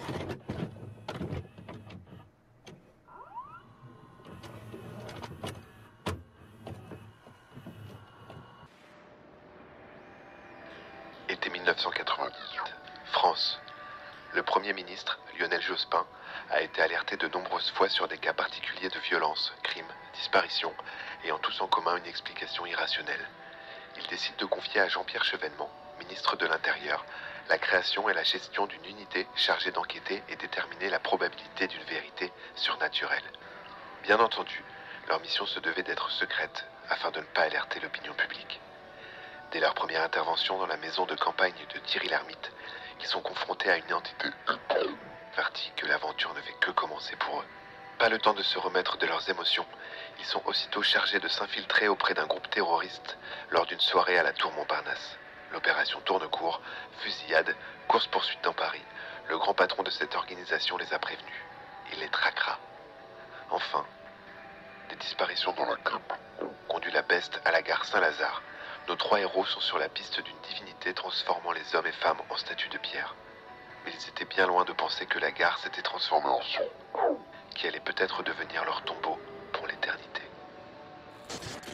Été 1998. France. Le Premier ministre, Lionel Jospin, a été alerté de nombreuses fois sur des cas particuliers de violence, crimes, disparitions, ayant tous en commun une explication irrationnelle. Il décide de confier à Jean-Pierre Chevènement, ministre de l'Intérieur, la création et la gestion d'une unité chargée d'enquêter et déterminer la probabilité d'une vérité surnaturelle. Bien entendu, leur mission se devait d'être secrète, afin de ne pas alerter l'opinion publique. Dès leur première intervention dans la maison de campagne de Thierry Lhermitte, ils sont confrontés à une entité avertie que l'aventure ne fait que commencer pour eux. Pas le temps de se remettre de leurs émotions, ils sont aussitôt chargés de s'infiltrer auprès d'un groupe terroriste lors d'une soirée à la Tour Montparnasse. L'opération tourne court, fusillade, course-poursuite dans Paris. Le grand patron de cette organisation les a prévenus. Il les traquera. Enfin, des disparitions dans la cape conduit la peste à la gare Saint-Lazare. Nos trois héros sont sur la piste d'une divinité transformant les hommes et femmes en statues de pierre. Mais ils étaient bien loin de penser que la gare s'était transformée en son, qui allait peut-être devenir leur tombeau pour l'éternité.